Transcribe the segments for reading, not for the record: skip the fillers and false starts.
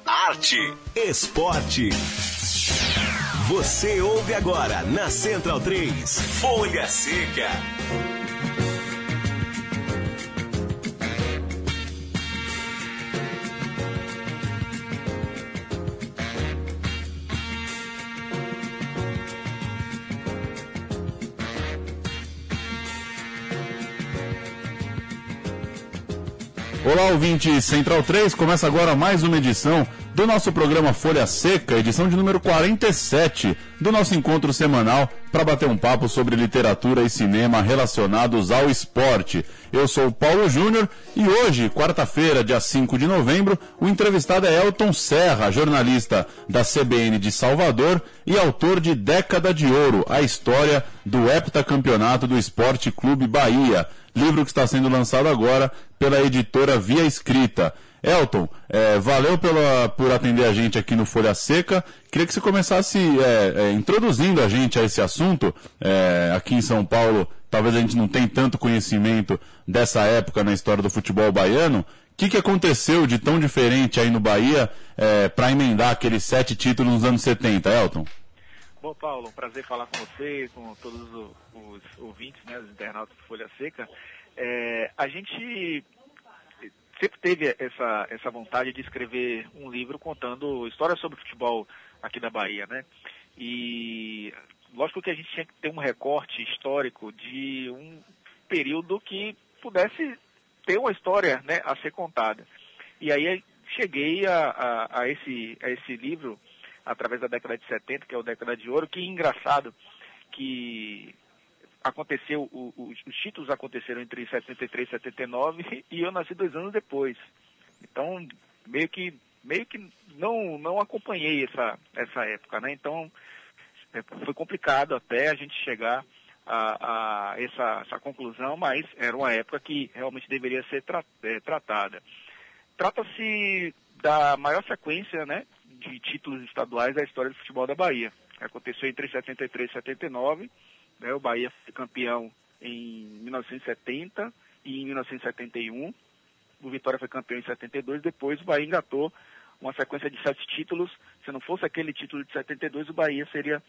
arte, esporte. Você ouve agora na Central 3, Folha Seca. Olá, ouvinte Central 3, começa agora mais uma edição do nosso programa Folha Seca, edição de número 47 do nosso encontro semanal para bater um papo sobre literatura e cinema relacionados ao esporte. Eu sou o Paulo Júnior e hoje, quarta-feira, dia 5 de novembro, o entrevistado é Elton Serra, jornalista da CBN de Salvador e autor de Década de Ouro, a história do heptacampeonato do Esporte Clube Bahia, livro que está sendo lançado agora pela editora Via Escrita. Elton, valeu por atender a gente aqui no Folha Seca. Queria que você começasse introduzindo a gente a esse assunto. Aqui em São Paulo, talvez a gente não tenha tanto conhecimento dessa época na história do futebol baiano. O que aconteceu de tão diferente aí no Bahia para emendar aqueles 7 títulos nos anos 70, Elton? Bom, Paulo, um prazer falar com você, com todos os ouvintes, né, os internautas do Folha Seca. A gente sempre teve essa vontade de escrever um livro contando histórias sobre o futebol aqui da Bahia, né? E lógico que a gente tinha que ter um recorte histórico de um período que pudesse ter uma história, né, a ser contada. E aí cheguei a esse livro através da década de 70, que é o Década de Ouro, que engraçado que aconteceu, os títulos aconteceram entre 73 e 79 e eu nasci 2 anos depois. Então, meio que não acompanhei essa época, né? Então, foi complicado até a gente chegar a essa conclusão, mas era uma época que realmente deveria ser tratada. Trata-se da maior sequência, né, de títulos estaduais da história do futebol da Bahia. Aconteceu entre 73 e 79, né, o Bahia foi campeão em 1970 e em 1971, o Vitória foi campeão em 72, depois o Bahia engatou uma sequência de 7 títulos. Se não fosse aquele título de 72, o Bahia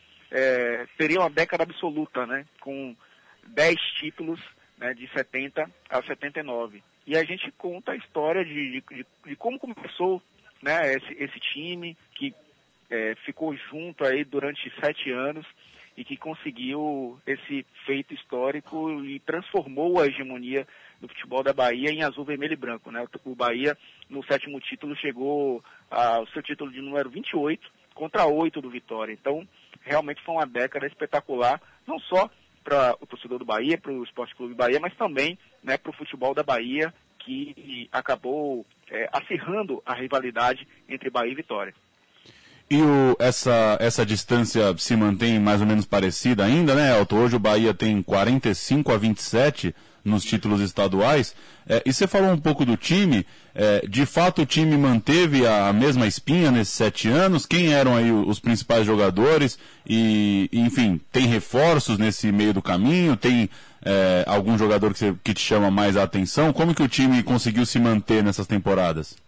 teria uma década absoluta, né, com 10 títulos, né, de 70 a 79. E a gente conta a história de como começou, né, esse time que ficou junto aí durante 7 anos e que conseguiu esse feito histórico e transformou a hegemonia do futebol da Bahia em azul, vermelho e branco, né? O Bahia, no 7º título, chegou ao seu título de número 28 contra 8 do Vitória. Então, realmente foi uma década espetacular, não só para o torcedor do Bahia, para o Esporte Clube Bahia, mas também, né, para o futebol da Bahia, que acabou acirrando a rivalidade entre Bahia e Vitória. E essa distância se mantém mais ou menos parecida ainda, né, Elton? Hoje o Bahia tem 45 a 27 nos títulos estaduais. E você falou um pouco do time. De fato o time manteve a mesma espinha nesses 7 anos? Quem eram aí os principais jogadores? E enfim, tem reforços nesse meio do caminho? Tem algum jogador que te chama mais a atenção? Como que o time conseguiu se manter nessas temporadas?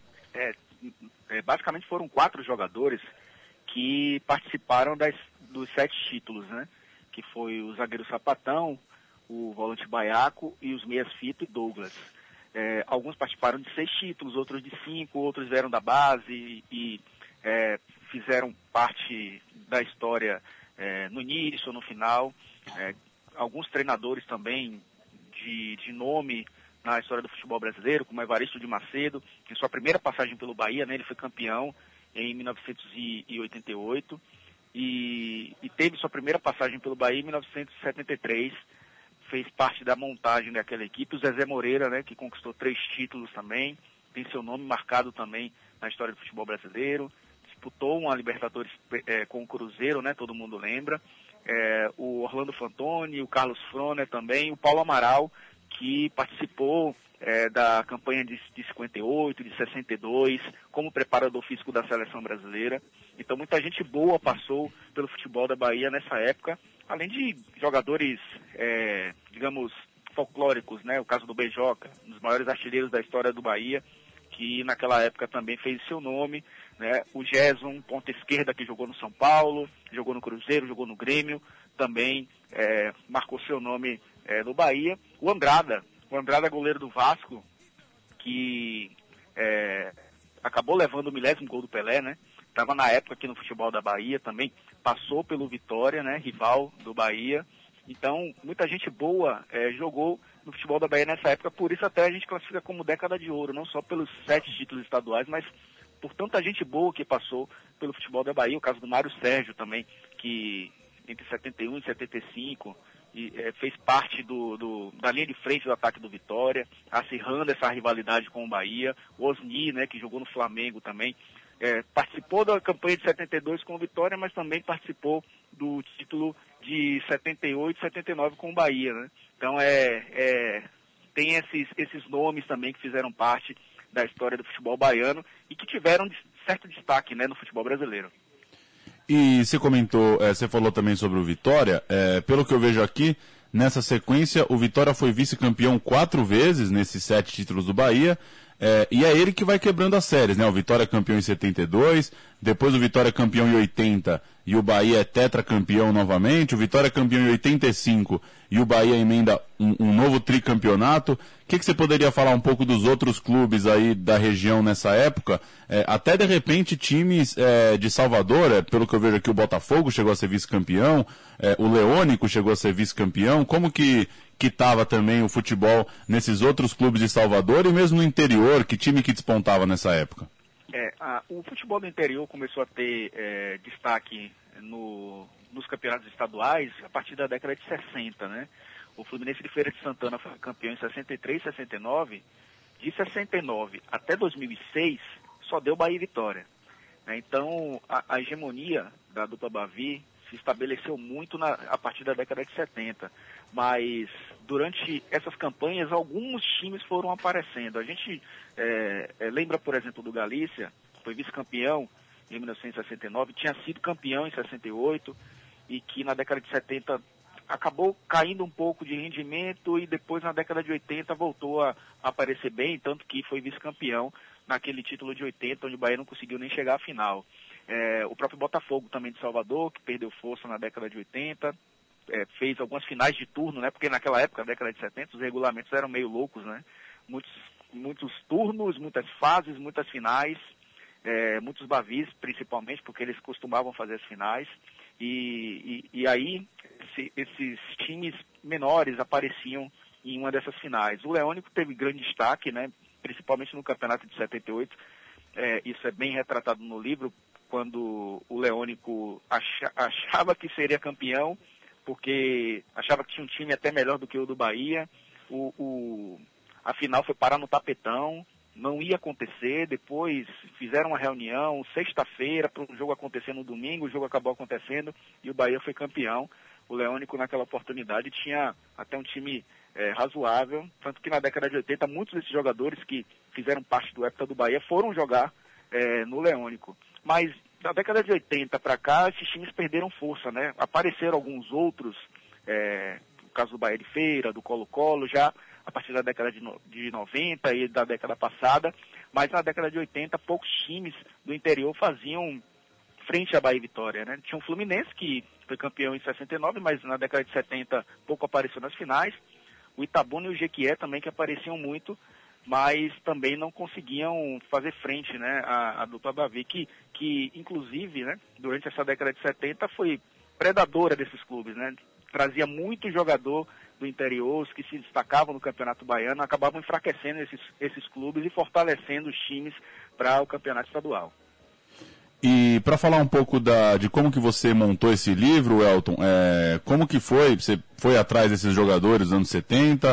Basicamente foram 4 jogadores que participaram dos 7 títulos, né? Que foi o zagueiro Sapatão, o volante Baiaco e os meias Fito e Douglas. Alguns participaram de 6 títulos, outros de 5, outros vieram da base e fizeram parte da história no início, no final. Alguns treinadores também de nome na história do futebol brasileiro, como Evaristo de Macedo, em sua primeira passagem pelo Bahia, né, ele foi campeão em 1988 e teve sua primeira passagem pelo Bahia em 1973, fez parte da montagem daquela equipe. O Zezé Moreira, né, que conquistou 3 títulos também, tem seu nome marcado também na história do futebol brasileiro, disputou uma Libertadores com o Cruzeiro, né, todo mundo lembra, o Orlando Fantoni, o Carlos Froner também, o Paulo Amaral, que participou da campanha de 58, de 62, como preparador físico da seleção brasileira. Então muita gente boa passou pelo futebol da Bahia nessa época, além de jogadores, digamos, folclóricos, né? O caso do Beijoca, um dos maiores artilheiros da história do Bahia, que naquela época também fez seu nome, né? O Gerson, ponta esquerda, que jogou no São Paulo, jogou no Cruzeiro, jogou no Grêmio, também marcou seu nome no Bahia. O Andrada, goleiro do Vasco, que acabou levando o milésimo gol do Pelé, né? Estava na época aqui no futebol da Bahia também, passou pelo Vitória, né? Rival do Bahia. Então, muita gente boa jogou no futebol da Bahia nessa época, por isso até a gente classifica como década de ouro, não só pelos 7 títulos estaduais, mas por tanta gente boa que passou pelo futebol da Bahia. O caso do Mário Sérgio também, que entre 71 e 75 fez parte da linha de frente do ataque do Vitória, acirrando essa rivalidade com o Bahia. O Osni, né, que jogou no Flamengo também, participou da campanha de 72 com o Vitória, mas também participou do título de 78 e 79 com o Bahia, né? Então tem esses nomes também que fizeram parte da história do futebol baiano e que tiveram certo destaque, né, no futebol brasileiro. E você comentou, você falou também sobre o Vitória, pelo que eu vejo aqui, nessa sequência o Vitória foi vice-campeão 4 vezes nesses 7 títulos do Bahia, e é ele que vai quebrando as séries, né? O Vitória é campeão em 72, depois o Vitória é campeão em 80 e o Bahia é tetracampeão novamente, o Vitória é campeão em 85 e o Bahia emenda um novo tricampeonato. O que você poderia falar um pouco dos outros clubes aí da região nessa época? Até de repente times de Salvador, pelo que eu vejo aqui o Botafogo chegou a ser vice-campeão, o Leônico chegou a ser vice-campeão. Como que estava também o futebol nesses outros clubes de Salvador e mesmo no interior? Que time que despontava nessa época? O futebol do interior começou a ter destaque nos campeonatos estaduais a partir da década de 60, né? O Fluminense de Feira de Santana foi campeão em 63, 69. De 69 até 2006, só deu Bahia e Vitória, né? Então, a hegemonia da dupla Bavi se estabeleceu muito a partir da década de 70. Mas, durante essas campanhas, alguns times foram aparecendo. A gente lembra, por exemplo, do Galícia, que foi vice-campeão em 1969, tinha sido campeão em 68, e que na década de 70 acabou caindo um pouco de rendimento e depois na década de 80 voltou a aparecer bem, tanto que foi vice-campeão naquele título de 80, onde o Bahia não conseguiu nem chegar à final. O próprio Botafogo também de Salvador, que perdeu força na década de 80, fez algumas finais de turno, né? Porque naquela época, na década de 70, os regulamentos eram meio loucos, né? Muitos turnos, muitas fases, muitas finais, muitos bavis, principalmente, porque eles costumavam fazer as finais. E aí, esses times menores apareciam em uma dessas finais. O Leônico teve grande destaque, né? Principalmente no campeonato de 78. Isso é bem retratado no livro, quando o Leônico achava que seria campeão, porque achava que tinha um time até melhor do que o do Bahia. A final foi parar no tapetão, não ia acontecer. Depois fizeram uma reunião sexta-feira para o jogo acontecer no domingo, o jogo acabou acontecendo e o Bahia foi campeão. O Leônico naquela oportunidade tinha até um time razoável, tanto que na década de 80 muitos desses jogadores que fizeram parte do Hepta do Bahia foram jogar no Leônico. Mas da década de 80 para cá, esses times perderam força, né? Apareceram alguns outros, no caso do Bahia de Feira, do Colo-Colo, já a partir da década de 90 e da década passada, mas na década de 80 poucos times do interior faziam frente à Bahia e Vitória, né? Tinha o Fluminense, que foi campeão em 69, mas na década de 70 pouco apareceu nas finais. O Itabuna e o Jequié também, que apareciam muito, mas também não conseguiam fazer frente, né, à dupla Bavi, que inclusive, né, durante essa década de 70 foi predadora desses clubes, né? Trazia muito jogador do interior, os que se destacavam no Campeonato Baiano, acabavam enfraquecendo esses clubes e fortalecendo os times para o Campeonato Estadual. E para falar um pouco de como que você montou esse livro, Elton, como que foi? Você foi atrás desses jogadores dos anos 70,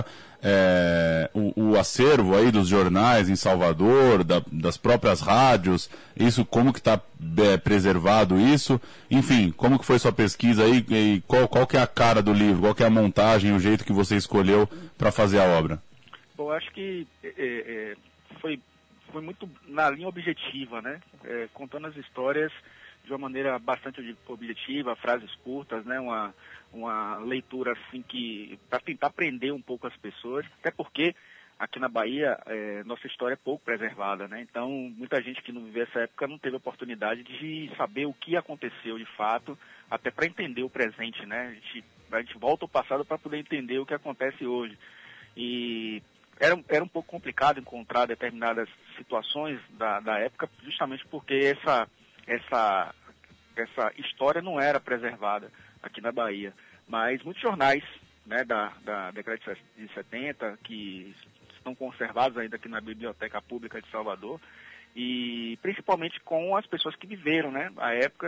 o acervo aí dos jornais em Salvador, das próprias rádios, isso como que está preservado isso? Enfim, como que foi sua pesquisa aí e qual que é a cara do livro, qual que é a montagem, o jeito que você escolheu para fazer a obra? Bom, acho que foi muito na linha objetiva, né? Contando as histórias de uma maneira bastante objetiva, frases curtas, né? Uma leitura assim que para tentar prender um pouco as pessoas, até porque aqui na Bahia, nossa história é pouco preservada, né? Então, muita gente que não viveu essa época não teve a oportunidade de saber o que aconteceu de fato, até para entender o presente, né? A gente volta ao passado para poder entender o que acontece hoje. E era um pouco complicado encontrar determinadas situações da época, justamente porque essa história não era preservada aqui na Bahia. Mas muitos jornais, né, da década de 70, que estão conservados ainda aqui na Biblioteca Pública de Salvador, e principalmente com as pessoas que viveram, né, a época,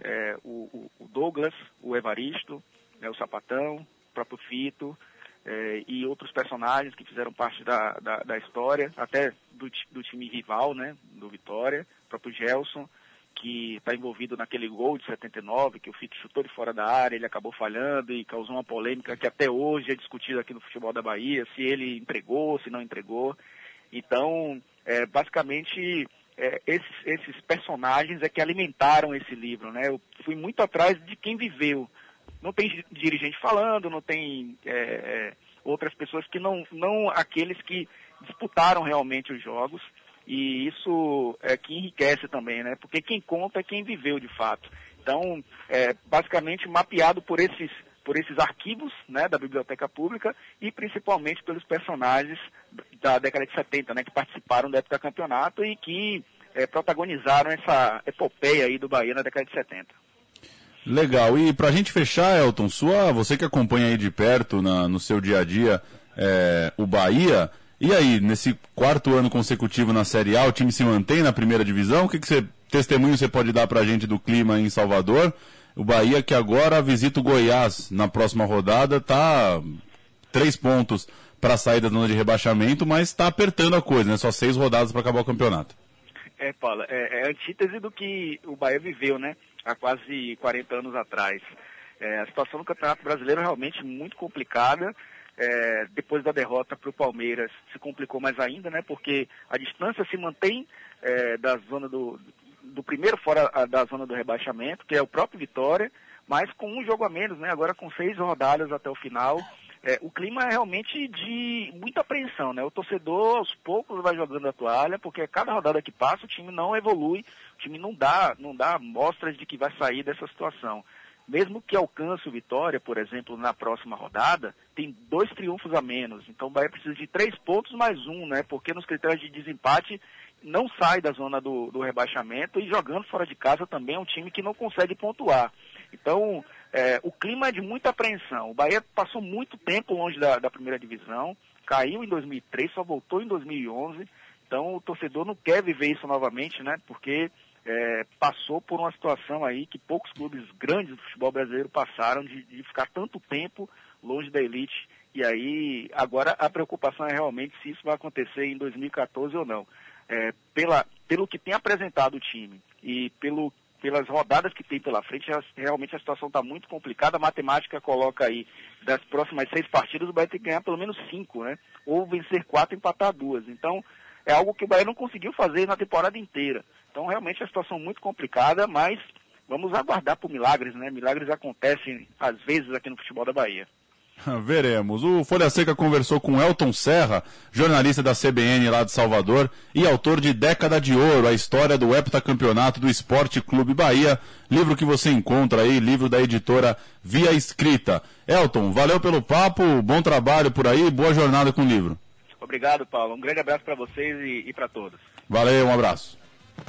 o Douglas, o Evaristo, o Sapatão, o próprio Fito, e outros personagens que fizeram parte da história, até do time rival, né, do Vitória, o próprio Gelson, que está envolvido naquele gol de 79, que o Fito chutou de fora da área, ele acabou falhando e causou uma polêmica que até hoje é discutida aqui no futebol da Bahia, se ele entregou, se não entregou. Então, basicamente, esses personagens é que alimentaram esse livro, né? Eu fui muito atrás de quem viveu. Não tem dirigente falando, não tem outras pessoas que não aqueles que disputaram realmente os jogos. E isso é que enriquece também, né? Porque quem conta é quem viveu de fato. Então, basicamente mapeado por esses arquivos, né, da Biblioteca Pública e principalmente pelos personagens da década de 70, né, que participaram do heptacampeonato e que protagonizaram essa epopeia aí do Bahia na década de 70. Legal. E pra gente fechar, Elton, você que acompanha aí de perto no seu dia a dia o Bahia... E aí, nesse 4º ano consecutivo na Série A, o time se mantém na primeira divisão? O que testemunho você pode dar pra gente do clima em Salvador? O Bahia que agora visita o Goiás na próxima rodada, tá 3 pontos para sair da zona de rebaixamento, mas está apertando a coisa, né? Só 6 rodadas para acabar o campeonato. Paulo, é antítese do que o Bahia viveu, né? Há quase 40 anos atrás. A situação do Campeonato Brasileiro é realmente muito complicada. Depois da derrota para o Palmeiras se complicou mais ainda, né? Porque a distância se mantém da zona do primeiro fora da zona do rebaixamento, que é o próprio Vitória, mas com um jogo a menos, né? Agora com 6 rodadas até o final. O clima é realmente de muita apreensão, né? O torcedor aos poucos vai jogando a toalha, porque cada rodada que passa o time não evolui, o time não dá mostras de que vai sair dessa situação. Mesmo que alcance o Vitória, por exemplo, na próxima rodada, tem 2 triunfos a menos. Então o Bahia precisa de 3 pontos mais 1, né? Porque nos critérios de desempate não sai da zona do rebaixamento e jogando fora de casa também é um time que não consegue pontuar. Então o clima é de muita apreensão. O Bahia passou muito tempo longe da primeira divisão, caiu em 2003, só voltou em 2011. Então o torcedor não quer viver isso novamente, né? Porque... passou por uma situação aí que poucos clubes grandes do futebol brasileiro passaram de ficar tanto tempo longe da elite. E aí, agora a preocupação é realmente se isso vai acontecer em 2014 ou não. Pelo que tem apresentado o time e pelas rodadas que tem pela frente, realmente a situação está muito complicada. A matemática coloca aí, das próximas 6 partidas, o Bahia tem que ganhar pelo menos 5, né? Ou vencer 4 e empatar 2. Então, é algo que o Bahia não conseguiu fazer na temporada inteira. Então, realmente, é uma situação muito complicada, mas vamos aguardar por milagres, né? Milagres acontecem, às vezes, aqui no futebol da Bahia. Veremos. O Folha Seca conversou com Elton Serra, jornalista da CBN lá de Salvador e autor de Década de Ouro, a história do heptacampeonato do Esporte Clube Bahia, livro que você encontra aí, livro da editora Via Escrita. Elton, valeu pelo papo, bom trabalho por aí, boa jornada com o livro. Obrigado, Paulo. Um grande abraço para vocês e para todos. Valeu, um abraço.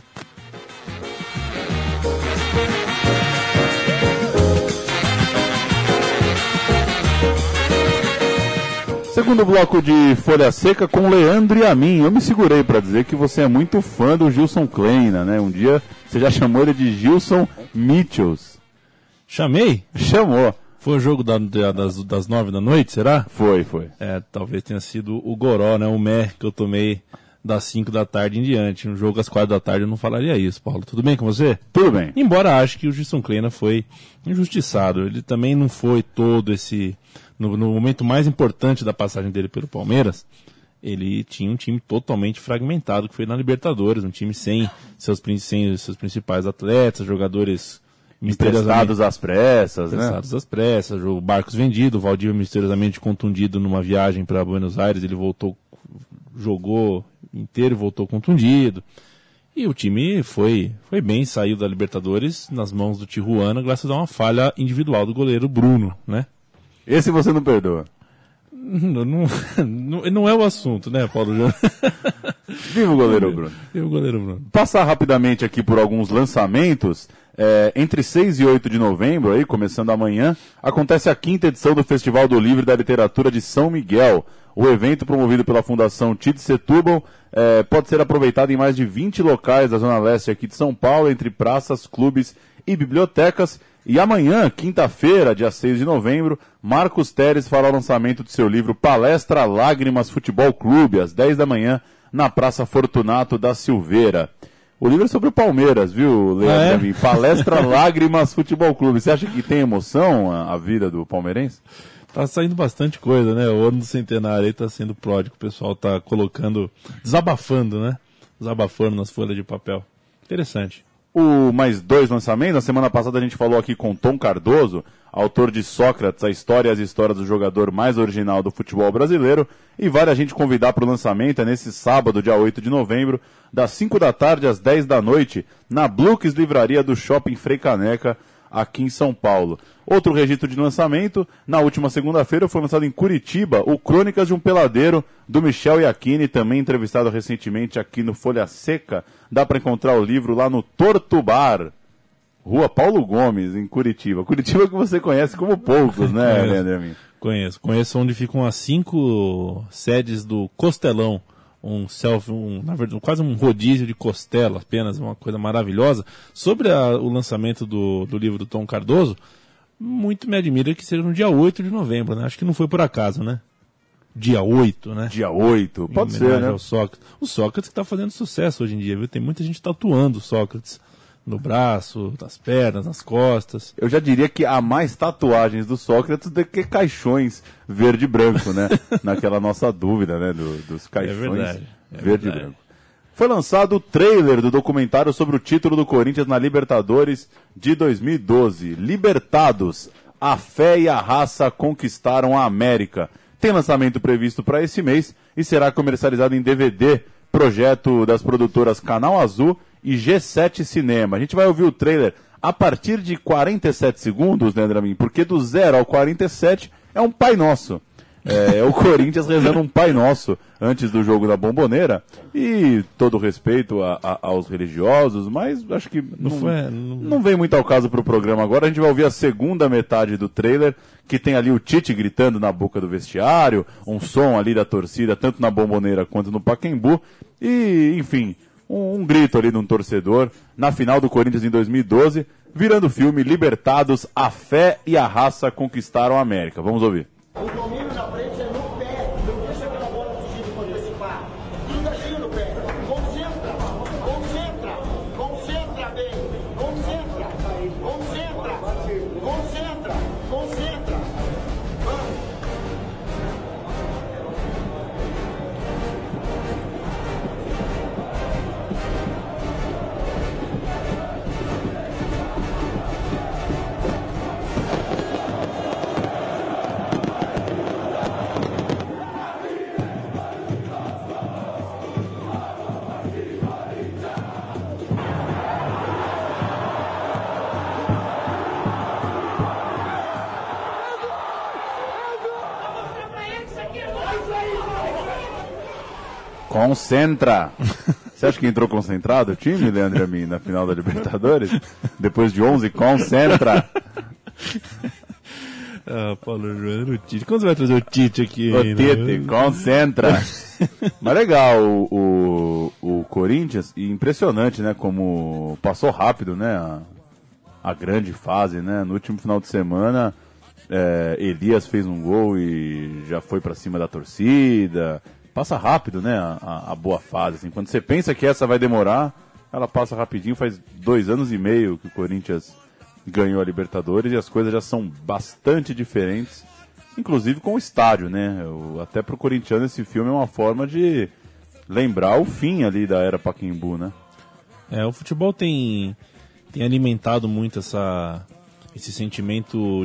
Segundo bloco de Folha Seca com Leandro e a mim. Eu me segurei para dizer que você é muito fã do Gilson Kleina, né? Um dia você já chamou ele de Gilson Mitchells. Chamei? Chamou. Foi o jogo das 9 da noite, será? Foi. Talvez tenha sido o goró, né? O mé que eu tomei das 5 da tarde em diante. Um jogo às 4 da tarde eu não falaria isso, Paulo. Tudo bem com você? Tudo bem. Embora ache que o Gilson Kleina foi injustiçado. Ele também não foi todo esse... No momento mais importante da passagem dele pelo Palmeiras, ele tinha um time totalmente fragmentado, que foi na Libertadores. Um time sem seus principais atletas, jogadores... Emprestados às pressas, né? Emprestados às pressas, o Barcos vendido, o Valdívia misteriosamente contundido numa viagem para Buenos Aires, ele voltou jogou inteiro e voltou contundido. E o time foi bem, saiu da Libertadores nas mãos do Tijuana, graças a uma falha individual do goleiro Bruno, né? Esse você não perdoa. Não é o assunto, né, Paulo Júnior? Viva o goleiro Bruno. Viva o goleiro Bruno. Passar rapidamente aqui por alguns lançamentos. Entre 6 e 8 de novembro, aí, começando amanhã, acontece a 5ª edição do Festival do Livro e da Literatura de São Miguel. O evento, promovido pela Fundação Tite Setúbal, pode ser aproveitado em mais de 20 locais da Zona Leste aqui de São Paulo, entre praças, clubes e bibliotecas. E amanhã, quinta-feira, dia 6 de novembro, Marcos Teres fará o lançamento de seu livro Palestra Lágrimas Futebol Clube, às 10 da manhã, na Praça Fortunato da Silveira. O livro é sobre o Palmeiras, viu, Leandro? Palestra Lágrimas Futebol Clube. Você acha que tem emoção a vida do palmeirense? Tá saindo bastante coisa, né? O ano do centenário aí tá sendo pródigo. O pessoal tá colocando, desabafando, né? Desabafando nas folhas de papel. Interessante. Mais 2 lançamentos. Na semana passada a gente falou aqui com Tom Cardoso, autor de Sócrates, a história e as histórias do jogador mais original do futebol brasileiro. E vale a gente convidar para o lançamento, nesse sábado, dia 8 de novembro, das 5 da tarde às 10 da noite, na Blux Livraria do Shopping Frei Caneca, aqui em São Paulo. Outro registro de lançamento, na última segunda-feira foi lançado em Curitiba o Crônicas de um Peladeiro, do Michel Iacchini, também entrevistado recentemente aqui no Folha Seca. Dá para encontrar o livro lá no Torto Bar, Rua Paulo Gomes, em Curitiba. Curitiba que você conhece como poucos, né, Leandro? Conheço onde ficam as 5 sedes do Costelão. Na verdade, quase um rodízio de costela, apenas uma coisa maravilhosa. Sobre o lançamento do livro do Tom Cardoso, muito me admira que seja no dia 8 de novembro, né? Acho que não foi por acaso, né? Dia 8, né? Dia 8, pode ser, né? Ao Sócrates. O Sócrates que está fazendo sucesso hoje em dia, viu? Tem muita gente tatuando o Sócrates no braço, nas pernas, nas costas. Eu já diria que há mais tatuagens do Sócrates do que caixões verde e branco, né? Naquela nossa dúvida, né? Dos caixões verde e branco. Foi lançado o trailer do documentário sobre o título do Corinthians na Libertadores de 2012. Libertados, a fé e a raça conquistaram a América. Tem lançamento previsto para esse mês e será comercializado em DVD, projeto das produtoras Canal Azul e G7 Cinema. A gente vai ouvir o trailer a partir de 47 segundos, né, Andramin? Porque do 0 ao 47 é um Pai Nosso. É o Corinthians rezando um Pai Nosso antes do jogo da Bomboneira. E todo respeito aos religiosos, mas acho que não vem muito ao caso para o programa agora. A gente vai ouvir a segunda metade do trailer, que tem ali o Tite gritando na boca do vestiário, um som ali da torcida, tanto na Bomboneira quanto no Pacaembu. E, enfim, um grito ali de um torcedor na final do Corinthians em 2012, virando o filme Libertados, a fé e a raça conquistaram a América. Vamos ouvir. O domínio na frente é no pé, não deixa aquela bola fugir de poder antecipar. Tudo aqui no pé. Concentra bem. Concentra. Vamos. Concentra! Você acha que entrou concentrado o time, Leandro Amin, na final da Libertadores? Depois de 11, concentra! Paulo Júnior, o Tite. Quando você vai trazer o Tite aqui? O Tite, concentra! Mas legal, o Corinthians, e impressionante, né, como passou rápido, né, a grande fase, né, no último final de semana, Elias fez um gol e já foi pra cima da torcida. Passa rápido, né, a boa fase, assim. Quando você pensa que essa vai demorar, ela passa rapidinho. Faz 2 anos e meio que o Corinthians ganhou a Libertadores e as coisas já são bastante diferentes, inclusive com o estádio, né? Até pro corintiano esse filme é uma forma de lembrar o fim ali da era Pacaembu, né? O futebol tem alimentado muito esse sentimento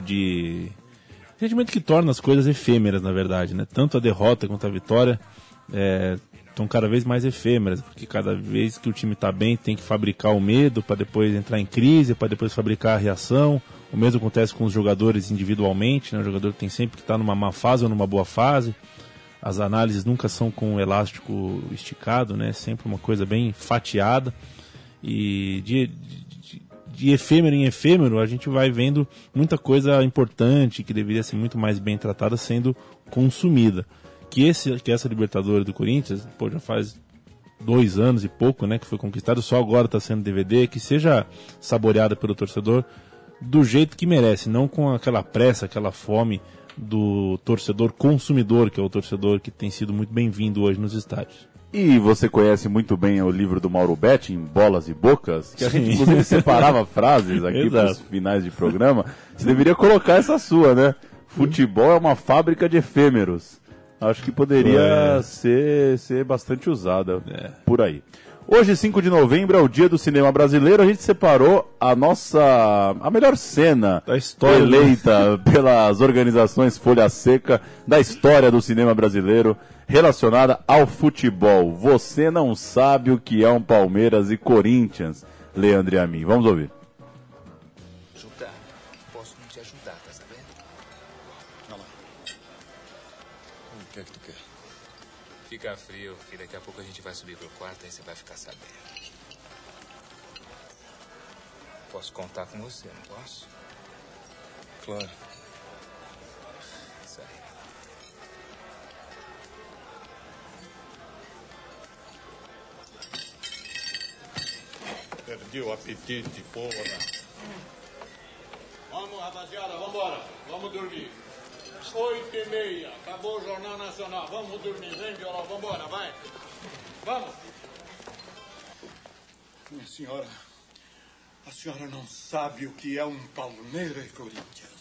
que torna as coisas efêmeras, na verdade, né? Tanto a derrota quanto a vitória estão cada vez mais efêmeras, porque cada vez que o time está bem tem que fabricar o medo para depois entrar em crise, para depois fabricar a reação. O mesmo acontece com os jogadores individualmente, né? O jogador tem sempre que estar numa má fase ou numa boa fase. As análises nunca são com o elástico esticado, né? Sempre uma coisa bem fatiada. E de efêmero em efêmero a gente vai vendo muita coisa importante que deveria ser muito mais bem tratada sendo consumida. Que essa Libertadores do Corinthians, já faz 2 anos e pouco, né, que foi conquistado, só agora está sendo DVD, que seja saboreada pelo torcedor do jeito que merece, não com aquela pressa, aquela fome do torcedor consumidor, que é o torcedor que tem sido muito bem-vindo hoje nos estádios. E você conhece muito bem o livro do Mauro Betti, em Bolas e Bocas, que a gente inclusive separava frases aqui para os finais de programa. Você deveria colocar essa sua, né? Futebol é uma fábrica de efêmeros. Acho que poderia ser bastante usada por aí. Hoje, 5 de novembro, é o dia do cinema brasileiro. A gente separou a melhor cena da história, eleita pelas organizações Folha Seca da história do cinema brasileiro relacionada ao futebol. Você não sabe o que é um Palmeiras e Corinthians, Leandro e a mim. Vamos ouvir. Ajudar. Posso não te ajudar, tá sabendo? Olha lá. O que é que tu quer? Fica frio, que daqui a pouco a gente vai subir pro quarto e você vai ficar sabendo. Posso contar com você, não posso? Claro. Isso aí. Perdi o apetite, porra. Vamos, rapaziada, vambora. Vamos dormir. 8h30, acabou o Jornal Nacional. Vamos dormir, vem, Violão, vambora, vai. Vamos. Minha senhora, a senhora não sabe o que é um Palmeiras e Corinthians.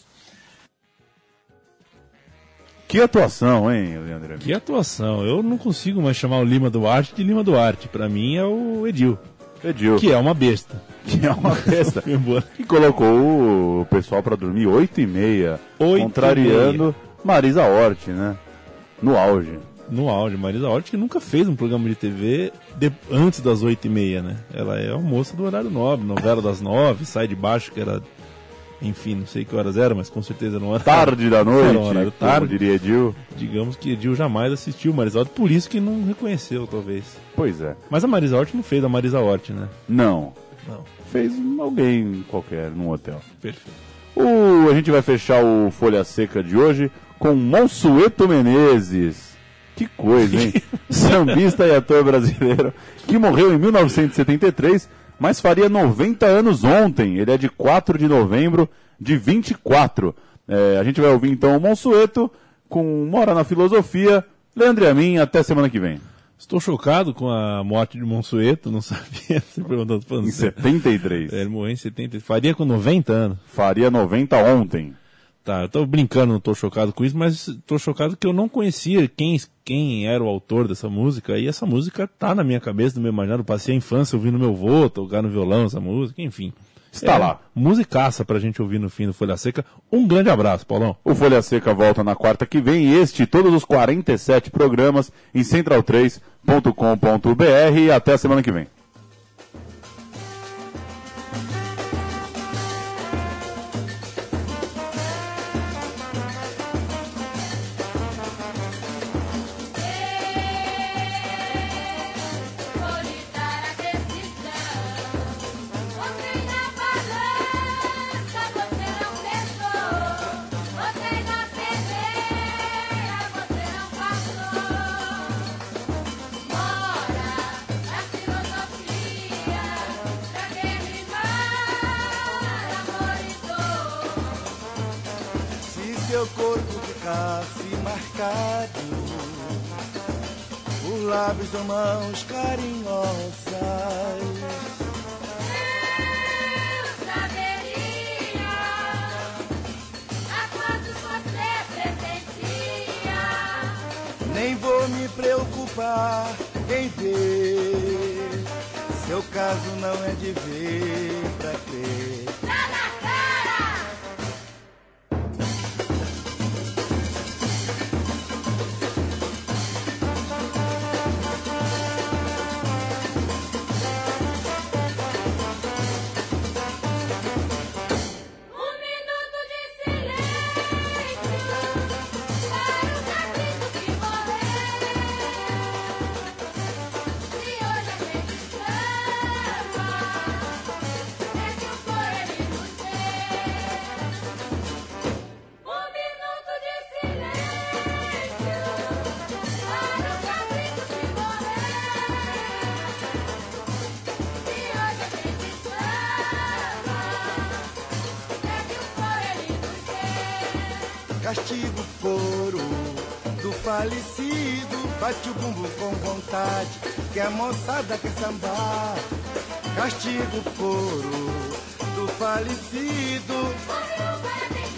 Que atuação, hein, Leandro? Que atuação. Eu não consigo mais chamar o Lima Duarte de Lima Duarte. Pra mim é o Edil. Que é uma besta. Que é uma besta. E colocou o pessoal pra dormir 8h30. Contrariando Marisa Hort, né? No auge. Marisa Hort, que nunca fez um programa de TV antes das 8h30, né? Ela é uma moça do horário nobre, novela das 9, Sai de Baixo, que era... Enfim, não sei que horas era, mas com certeza não era... Tarde da noite, era um horário tarde, diria Edil. Digamos que Edil jamais assistiu Marisa Hort, por isso que não reconheceu, talvez. Pois é. Mas a Marisa Hort não fez a Marisa Hort, né? Não. Fez alguém qualquer num hotel. Perfeito. A gente vai fechar o Folha Seca de hoje com Monsueto Menezes. Que coisa, hein? Sambista e ator brasileiro que morreu em 1973, mas faria 90 anos ontem. Ele é de 4 de novembro de 24. A gente vai ouvir então o Monsueto com Mora na Filosofia. Leandro e a mim, até semana que vem. Estou chocado com a morte de Monsueto, não sabia. Em 73. Ele morreu em 73. Faria com 90 anos. Faria 90 ontem. Tá, eu tô brincando, não tô chocado com isso, mas tô chocado que eu não conhecia quem era o autor dessa música, e essa música tá na minha cabeça, no meu imaginário. Eu passei a infância ouvindo meu avô tocar no violão essa música, enfim. Está lá. Musicaça pra gente ouvir no fim do Folha Seca. Um grande abraço, Paulão. O Folha Seca volta na quarta que vem, e este e todos os 47 programas em central3.com.br, e até a semana que vem. Seu corpo ficasse marcado por lábios ou mãos carinhosas, eu saberia a quantos você presencia. Nem vou me preocupar em ver, seu caso não é de ver pra crer. castigo o couro do falecido. Bate o bumbum com vontade, que a moçada quer sambar. Castigo o couro do falecido. Morreu para